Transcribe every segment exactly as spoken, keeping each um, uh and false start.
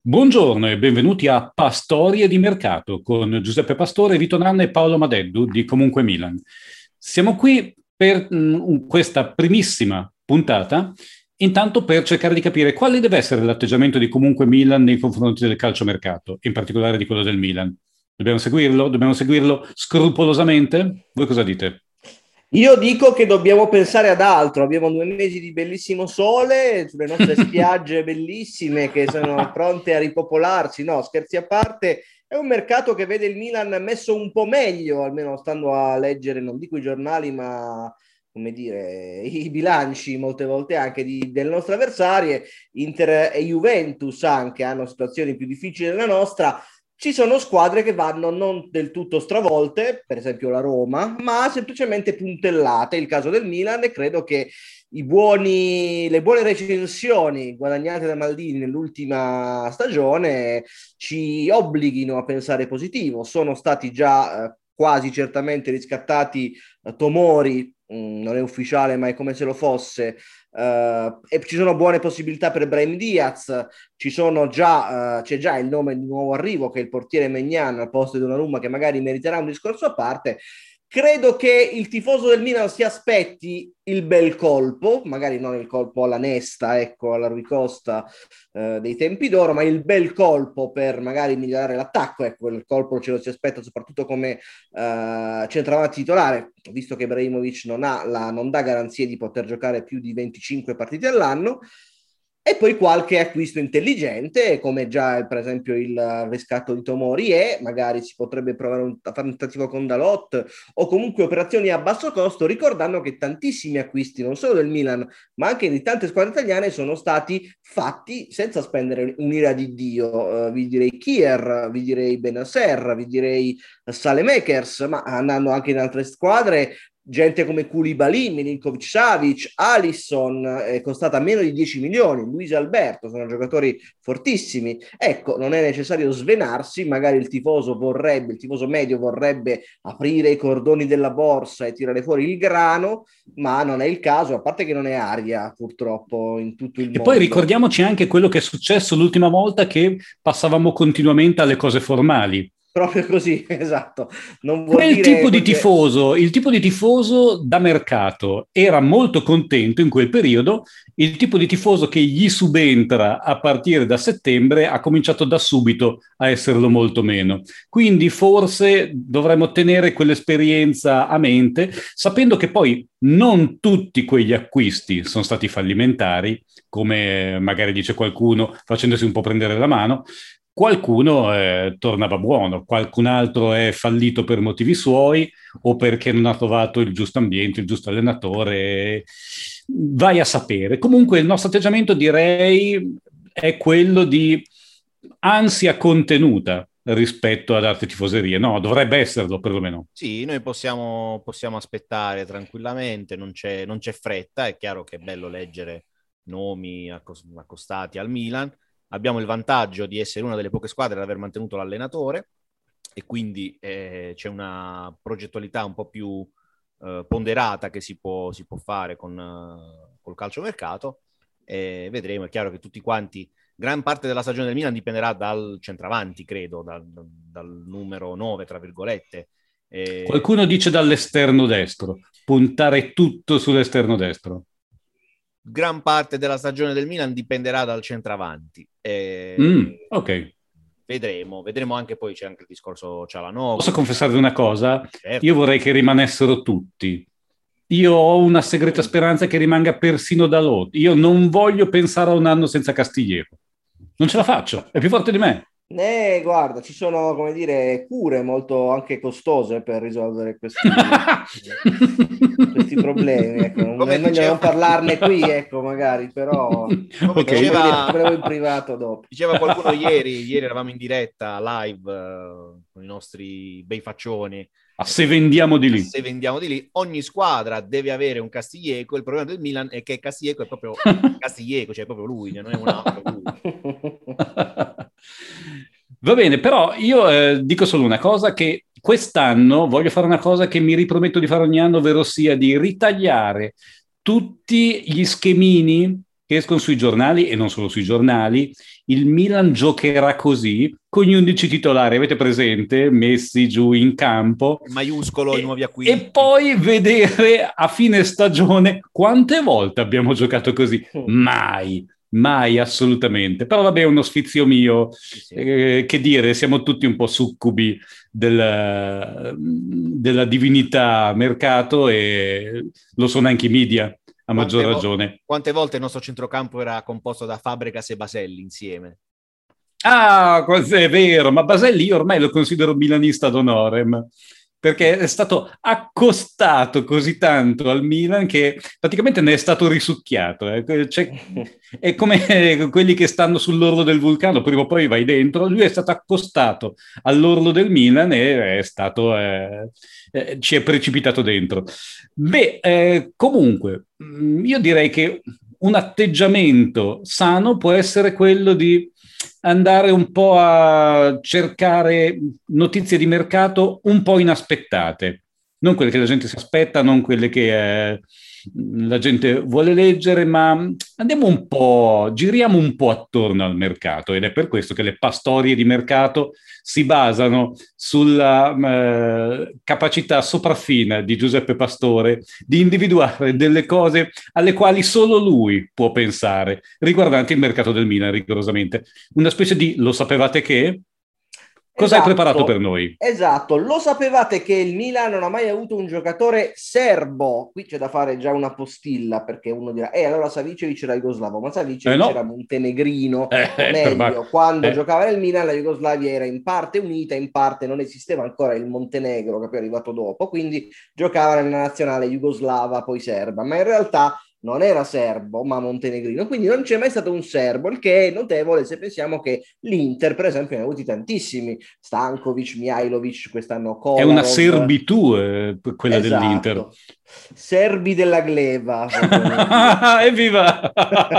Buongiorno e benvenuti a Pastorie di Mercato con Giuseppe Pastore, Vito Nanna e Paolo Madeddu di Comunque Milan. Siamo qui per mh, questa primissima puntata, intanto per cercare di capire quale deve essere l'atteggiamento di Comunque Milan nei confronti del calciomercato, in particolare di quello del Milan. Dobbiamo seguirlo? Dobbiamo seguirlo scrupolosamente? Voi cosa dite? Io dico che dobbiamo pensare ad altro. Abbiamo due mesi di bellissimo sole sulle nostre spiagge bellissime che sono pronte a ripopolarsi. No, scherzi a parte, è un mercato che vede il Milan messo un po' meglio, almeno stando a leggere, non dico i giornali, ma come dire, i bilanci molte volte anche di, delle nostre avversarie. Inter e Juventus anche hanno situazioni più difficili della nostra. Ci sono squadre che vanno non del tutto stravolte, per esempio la Roma, ma semplicemente puntellate. Il caso del Milan, e credo che i buoni, le buone recensioni guadagnate da Maldini nell'ultima stagione ci obblighino a pensare positivo. Sono stati già eh, quasi certamente riscattati eh, Tomori, mh, non è ufficiale ma è come se lo fosse, Uh, e ci sono buone possibilità per Brahim Diaz. Ci sono già, uh, c'è già il nome di nuovo arrivo che è il portiere Maignan al posto di Donnarumma, che magari meriterà un discorso a parte. Credo che il tifoso del Milan si aspetti il bel colpo, magari non il colpo alla Nesta, ecco, alla Rui Costa eh, dei tempi d'oro, ma il bel colpo per magari migliorare l'attacco. Ecco, il colpo ce lo si aspetta soprattutto come eh, centravanti titolare, visto che Ibrahimovic non ha la, non dà garanzie di poter giocare più di venticinque partite all'anno. E poi qualche acquisto intelligente, come già per esempio il riscatto di Tomori, e magari si potrebbe provare un, a fare un tentativo con Dalot, o comunque operazioni a basso costo, ricordando che tantissimi acquisti, non solo del Milan, ma anche di tante squadre italiane, sono stati fatti senza spendere un'ira di Dio. Uh, vi direi Kier, vi direi Benasser, vi direi Salemakers, ma andando anche in altre squadre, gente come Koulibaly, Milinkovic-Savic, Alisson, è costata meno di dieci milioni, Luis Alberto, sono giocatori fortissimi. Ecco, non è necessario svenarsi, magari il tifoso vorrebbe, il tifoso medio vorrebbe aprire i cordoni della borsa e tirare fuori il grano, ma non è il caso, a parte che non è aria purtroppo in tutto il E mondo. poi ricordiamoci anche quello che è successo l'ultima volta, che passavamo continuamente alle cose formali. Proprio così, esatto. Non vuol Quel dire tipo di perché... tifoso, il tipo di tifoso da mercato era molto contento in quel periodo, il tipo di tifoso che gli subentra a partire da settembre ha cominciato da subito a esserlo molto meno. Quindi forse dovremmo tenere quell'esperienza a mente, sapendo che poi non tutti quegli acquisti sono stati fallimentari, come magari dice qualcuno facendosi un po' prendere la mano. Qualcuno eh, tornava buono, qualcun altro è fallito per motivi suoi o perché non ha trovato il giusto ambiente, il giusto allenatore. Vai a sapere. Comunque il nostro atteggiamento, direi, è quello di ansia contenuta rispetto ad altre tifoserie. No, dovrebbe esserlo perlomeno. Sì, noi possiamo, possiamo aspettare tranquillamente, non c'è, non c'è fretta. È chiaro che è bello leggere nomi accostati al Milan. Abbiamo il vantaggio di essere una delle poche squadre ad aver mantenuto l'allenatore e quindi eh, c'è una progettualità un po' più eh, ponderata che si può, si può fare con uh, col calciomercato, e vedremo. È chiaro che tutti quanti, gran parte della stagione del Milan dipenderà dal centravanti, credo, dal, dal numero nove, tra virgolette. E... Qualcuno dice dall'esterno destro, puntare tutto sull'esterno destro. Gran parte della stagione del Milan dipenderà dal centravanti. E... Mm, ok. Vedremo, vedremo anche poi, c'è anche il discorso Cialanoglu. Posso confessarvi una cosa? Certo. Io vorrei che rimanessero tutti. Io ho una segreta speranza che rimanga persino Dalot. Io non voglio pensare a un anno senza Castillejo. Non ce la faccio, è più forte di me. Eh, guarda, ci sono, come dire, cure molto anche costose per risolvere questi, questi problemi. Ecco. Non Come è meglio diceva... non parlarne qui, ecco, magari, però come okay. diceva... dire, in privato dopo. Diceva qualcuno ieri, ieri eravamo in diretta live uh, con i nostri bei faccioni. Ah, se vendiamo di lì. Se vendiamo di lì, ogni squadra deve avere un Castillejo. Il problema del Milan è che Castillejo è proprio Castillejo, cioè proprio lui, non è un altro lui. Va bene, però io eh, dico solo una cosa, che quest'anno voglio fare una cosa che mi riprometto di fare ogni anno, ovvero sia di ritagliare tutti gli schemini che escono sui giornali, e non solo sui giornali, il Milan giocherà così, con gli undici titolari, avete presente, messi giù in campo, maiuscolo e, i nuovi acquisti. E poi vedere a fine stagione quante volte abbiamo giocato così. Mai, mai assolutamente. Però vabbè, è uno sfizio mio, Sì, sì. eh, che dire, siamo tutti un po' succubi del, della divinità mercato, e lo sono anche i media, a maggior Quante vo- ragione. Quante volte il nostro centrocampo era composto da Fabregas e Baselli insieme? Ah, è vero, ma Baselli io ormai lo considero milanista d'onore, perché è stato accostato così tanto al Milan che praticamente ne è stato risucchiato. Eh. Cioè, è come quelli che stanno sull'orlo del vulcano, prima o poi vai dentro. Lui è stato accostato all'orlo del Milan e è stato, eh, eh, ci è precipitato dentro. Beh, eh, comunque, io direi che un atteggiamento sano può essere quello di andare un po' a cercare notizie di mercato un po' inaspettate, non quelle che la gente si aspetta, non quelle che eh, la gente vuole leggere, ma andiamo un po', giriamo un po' attorno al mercato, ed è per questo che le pastorie di mercato si basano sulla eh, capacità sopraffina di Giuseppe Pastore di individuare delle cose alle quali solo lui può pensare, riguardanti il mercato del Milan, rigorosamente. Una specie di lo sapevate che? Cosa hai preparato per noi? Esatto, lo sapevate che il Milan non ha mai avuto un giocatore serbo? Qui c'è da fare già una postilla, perché uno dirà, eh allora Savicevic era jugoslavo, ma Savicevic Eh no. era montenegrino, Eh, o eh, meglio, per... quando eh. giocava nel Milan la Jugoslavia era in parte unita, in parte non esisteva ancora il Montenegro, che poi è arrivato dopo, quindi giocava nella nazionale jugoslava, poi serba, ma in realtà non era serbo, ma montenegrino, quindi non c'è mai stato un serbo, il che è notevole se pensiamo che l'Inter, per esempio, ne ha avuti tantissimi, Stankovic, Mihailovic, quest'anno È una Kolarov. servitù, eh, quella dell'Inter. Esatto. Serbi della gleba, potremmo dire. Evviva!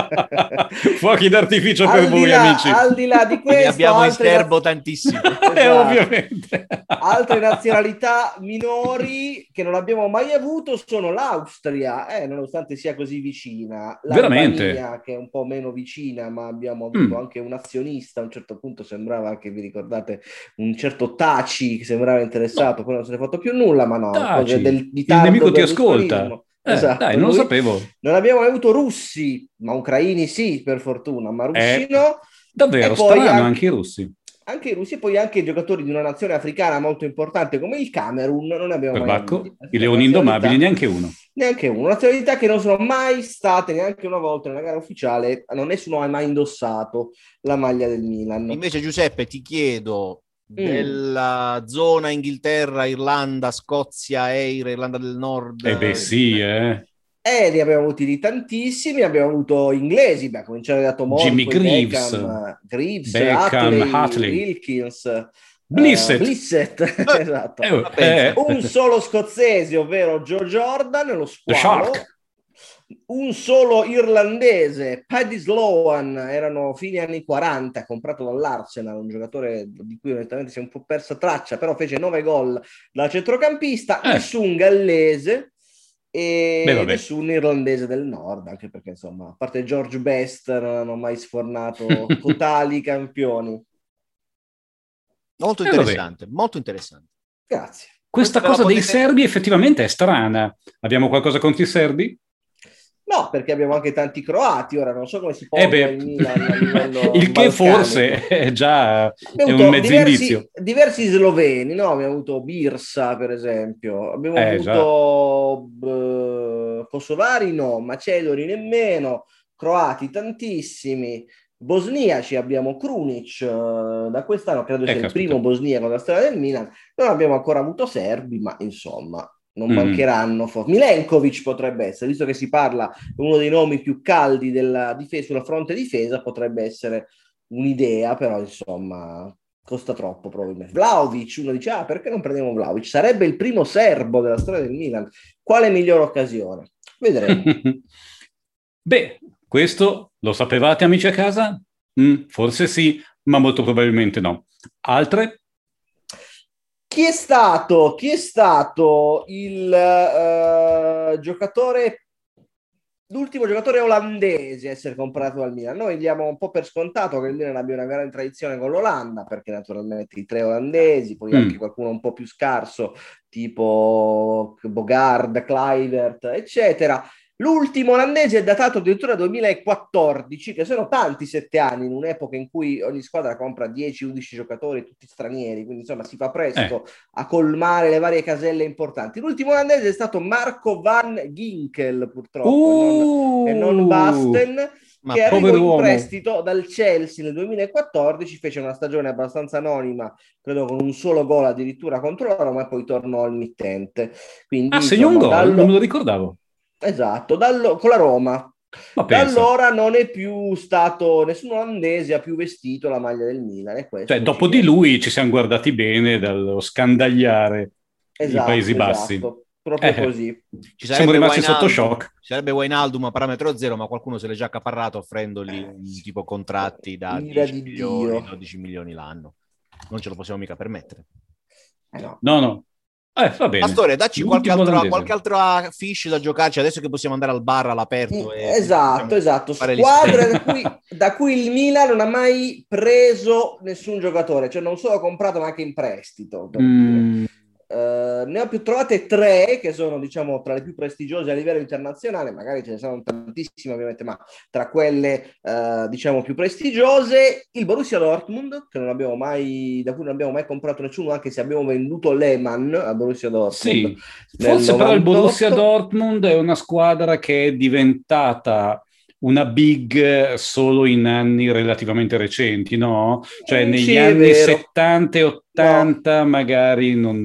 Fuochi d'artificio per Al di voi, là, amici. al di là di Ne questo, abbiamo in altre serbo naz- tantissimi. Eh, Esatto. ovviamente. Altre nazionalità minori che non abbiamo mai avuto sono l'Austria, eh, nonostante sia così vicina, Veramente? l'Albania, che è un po' meno vicina, ma abbiamo avuto Mm. anche un azionista. A un certo punto sembrava che, vi ricordate, un certo Taci che sembrava interessato, No, poi non se ne è fatto più nulla, ma no, cose taci. del, di Il tardo nemico ti ascolta. berlusconismo. Eh, dai, Esatto, non lo lui. sapevo. Non abbiamo mai avuto russi, ma ucraini sì, per fortuna, ma russi Eh, no. E davvero, poi strano, anche i anche, russi. anche i russi, e poi anche giocatori di una nazione africana molto importante come il Camerun, non ne abbiamo mai avuti. Perbacco, i Questa è una leoni indomabili, nazionalità, neanche uno. neanche una nazionalità che non sono mai state neanche una volta nella gara ufficiale, non nessuno ha mai indossato la maglia del Milan. Invece, Giuseppe, ti chiedo Mm. della zona Inghilterra, Irlanda, Scozia, Eire, Irlanda del Nord. Eh beh, sì, eh. Eh, ne abbiamo avuti di tantissimi, abbiamo avuto inglesi, beh, a cominciare da Tomori, Jimmy poi Greaves, Beckham, Greaves, Beckham, Hatley, Hatley, Wilkins, uh, Blissett. Blissett, Eh, esatto. Eh, ma pensa. eh, Un solo scozzese, ovvero Joe Jordan, lo The Shark. squalo. Un solo irlandese, Paddy Sloan, erano fine anni quaranta, comprato dall'Arsenal, un giocatore di cui onestamente si è un po' persa traccia, però fece nove gol da centrocampista. Eh. Nessun gallese Beh, e vabbè. nessun irlandese del nord, anche perché insomma, a parte George Best, non hanno mai sfornato totali campioni. Molto Eh, vabbè. interessante, molto interessante. Grazie. Questa Questa la cosa dei potete... serbi effettivamente è strana. Abbiamo qualcosa contro i serbi? No, perché abbiamo anche tanti croati, ora non so come si Eh ponga beh, il Milan a livello il che balcanico. forse è già Abbiamo è un avuto mezzo diversi, indizio. diversi sloveni, no? Abbiamo avuto Birsa, per esempio. Abbiamo Eh, già. avuto eh, kosovari, no, macedoni nemmeno, croati tantissimi, bosniaci abbiamo Krunic, eh, da quest'anno credo Eh, sia il caspita. primo bosniaco della storia del Milan. Non abbiamo ancora avuto serbi, ma insomma non Mm. mancheranno. Milenkovic potrebbe essere, visto che si parla di uno dei nomi più caldi della difesa, sulla fronte difesa, potrebbe essere un'idea, però insomma costa troppo probabilmente. Vlahovic, uno dice, ah, perché non prendiamo Vlahovic? Sarebbe il primo serbo della storia del Milan. Quale migliore occasione? Vedremo. Beh, questo lo sapevate, amici a casa? Mm, forse sì, ma molto probabilmente no. Altre? Chi è stato, chi è stato il uh, giocatore l'ultimo giocatore olandese a essere comprato dal Milan. Noi diamo un po' per scontato che il Milan abbia una grande tradizione con l'Olanda, perché naturalmente i tre olandesi, poi mm. anche qualcuno un po' più scarso, tipo Bogaard, Kluivert, eccetera. L'ultimo olandese è datato addirittura duemilaquattordici, che sono tanti sette anni, in un'epoca in cui ogni squadra compra dieci undici giocatori, tutti stranieri, quindi insomma si fa presto eh. a colmare le varie caselle importanti. L'ultimo olandese è stato Marco van Ginkel, purtroppo, uh, e, non, e non Basten, Ma che arrivò in prestito dal Chelsea nel duemilaquattordici, fece una stagione abbastanza anonima, credo con un solo gol addirittura contro la Roma, e poi tornò al mittente. Quindi, ah, segnò un gol? Dallo... Non me lo ricordavo. Esatto, dallo, con la Roma. Ma da allora non è più stato nessun olandese ha più vestito la maglia del Milan. E questo cioè, dopo di lui ci siamo guardati bene dallo scandagliare esatto, i Paesi esatto, Bassi. Proprio eh, così. Ci siamo rimasti sotto shock. Ci sarebbe Wijnaldum a parametro zero, ma qualcuno se l'è già accaparrato offrendogli un tipo contratti da dieci milioni, dodici milioni l'anno. Non ce lo possiamo mica permettere. Eh no. no, no. Eh, va bene. Pastore, dacci qualche altra, qualche altra fish da giocarci adesso che possiamo andare al bar all'aperto. E esatto, esatto. Squadre da cui, da cui il Milan non ha mai preso nessun giocatore, cioè non solo ha comprato ma anche in prestito. Mm. Uh, ne ho più trovate tre che sono, diciamo, tra le più prestigiose a livello internazionale, magari ce ne sono tantissime ovviamente, ma tra quelle uh, diciamo più prestigiose il Borussia Dortmund, che non abbiamo mai, da cui non abbiamo mai comprato nessuno, anche se abbiamo venduto Lehmann al Borussia Dortmund. Sì, forse però il Borussia Dortmund è una squadra che è diventata una big solo in anni relativamente recenti, no? Cioè negli sì, anni settanta e ottanta no. magari non...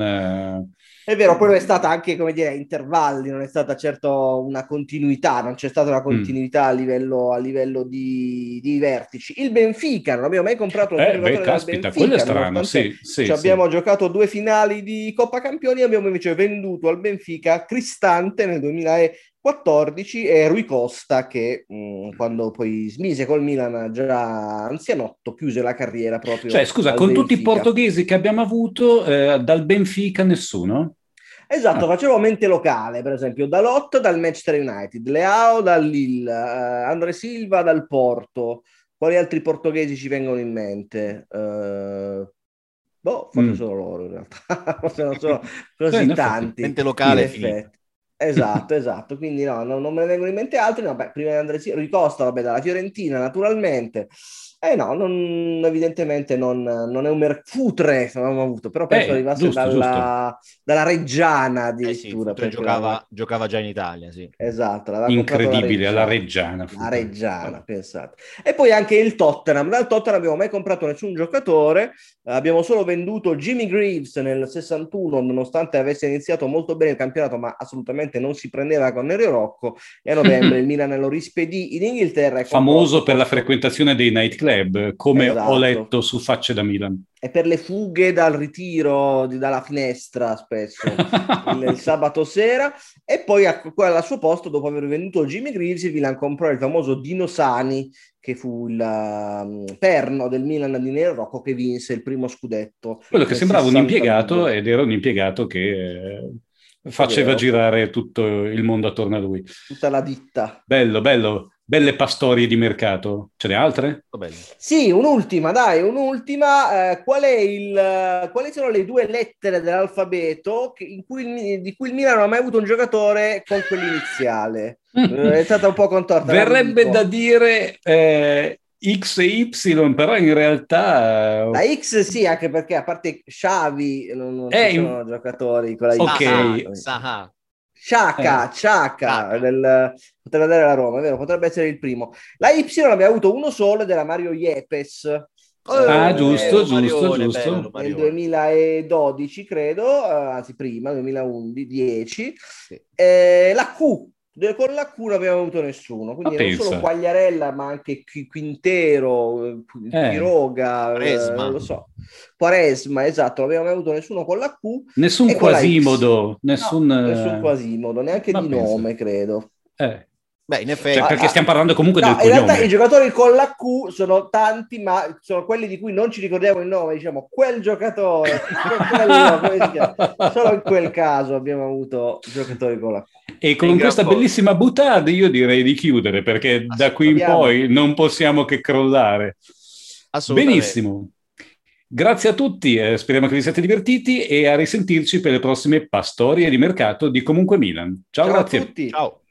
È vero, poi è stata anche, come dire, a intervalli, non è stata certo una continuità, non c'è stata una continuità mm. a livello, a livello di, di vertici. Il Benfica, non abbiamo mai comprato un eh, giocatore beh, caspita, del Benfica, quello è strano, sì, sì, ci abbiamo sì. giocato due finali di Coppa Campioni, abbiamo invece venduto al Benfica Cristante nel duemilaquattordici e Rui Costa che mh, quando poi smise col Milan già anzianotto chiuse la carriera proprio. Cioè scusa, con Benfica. Tutti i portoghesi che abbiamo avuto eh, dal Benfica nessuno? Esatto, ah. facevo mente locale, per esempio Dalot dal Manchester United, Leao dal Lille, uh, André Silva dal Porto. Quali altri portoghesi ci vengono in mente? Uh, boh, forse mm. sono loro in realtà, forse non sono così eh, tanti. Mente locale, esatto, esatto, quindi no, no, non me ne vengono in mente altri, no, beh, prima di Andrea Ricosta, vabbè, dalla Fiorentina naturalmente, eh no, non, evidentemente non, non è un mer- Futre, non abbiamo avuto, però penso eh, arrivasse giusto, dalla, giusto. dalla Reggiana addirittura. Eh sì, giocava, la... giocava già in Italia, sì. Esatto. Incredibile, alla Reggiana. La Reggiana, pensate. E poi anche il Tottenham, dal Tottenham non abbiamo mai comprato nessun giocatore, abbiamo solo venduto Jimmy Greaves nel sessantuno, nonostante avesse iniziato molto bene il campionato, ma assolutamente non si prendeva con Nerio Rocco, e a novembre il Milan lo rispedì in Inghilterra. Famoso per la frequentazione dei nightclub, come esatto. ho letto su Facce da Milan. E per le fughe dal ritiro di, dalla finestra spesso il, il sabato sera. E poi a, al suo posto, dopo aver venduto Jimmy Greaves, il Milan comprò il famoso Dino Sani, che fu il um, perno del Milan di Nero Rocco, che vinse il primo scudetto. Quello che sembrava un impiegato, ed era un impiegato che eh, faceva girare tutto il mondo attorno a lui. Tutta la ditta. Bello, bello. Belle pastorie di mercato. Ce n'è altre? Oh, sì, un'ultima, dai, un'ultima. Eh, qual è il, quali sono le due lettere dell'alfabeto che, in cui il, di cui il Milan non ha mai avuto un giocatore con quell'iniziale? È stata un po' contorta. Verrebbe da dire eh, X e Y, però in realtà... La X sì, anche perché a parte Xavi non, non ci sono in... giocatori con la okay. X. Ok. Sciacca, eh. Sciacca, del, potrebbe andare alla Roma, è vero, potrebbe essere il primo. La Y abbiamo avuto uno solo ed era Mario Yepes. Ah, eh, giusto, eh, giusto, Marione, giusto. Bello, nel duemiladodici, credo, anzi prima, duemilaundici. Sì. Eh, la Q, con la Q non abbiamo avuto nessuno, quindi non solo Quagliarella, ma anche Quintero, Quiroga, eh, non lo so. Quaresma, esatto, non abbiamo mai avuto nessuno con la Q. Nessun Quasimodo, nessun... No, nessun Quasimodo, neanche ma di penso. nome, credo. Eh. Beh, in effetti... Cioè, perché stiamo parlando comunque no, del in cognome. realtà i giocatori con la Q sono tanti, ma sono quelli di cui non ci ricordiamo il nome, diciamo quel giocatore, quello, come si chiama? Solo in quel caso abbiamo avuto giocatori con la Q. E con questa bellissima boutade io direi di chiudere, perché da qui in poi non possiamo che crollare. Benissimo. Grazie a tutti, eh, speriamo che vi siate divertiti e a risentirci per le prossime pastorie di mercato di Comunque Milan. Ciao, Ciao grazie. a tutti. Ciao.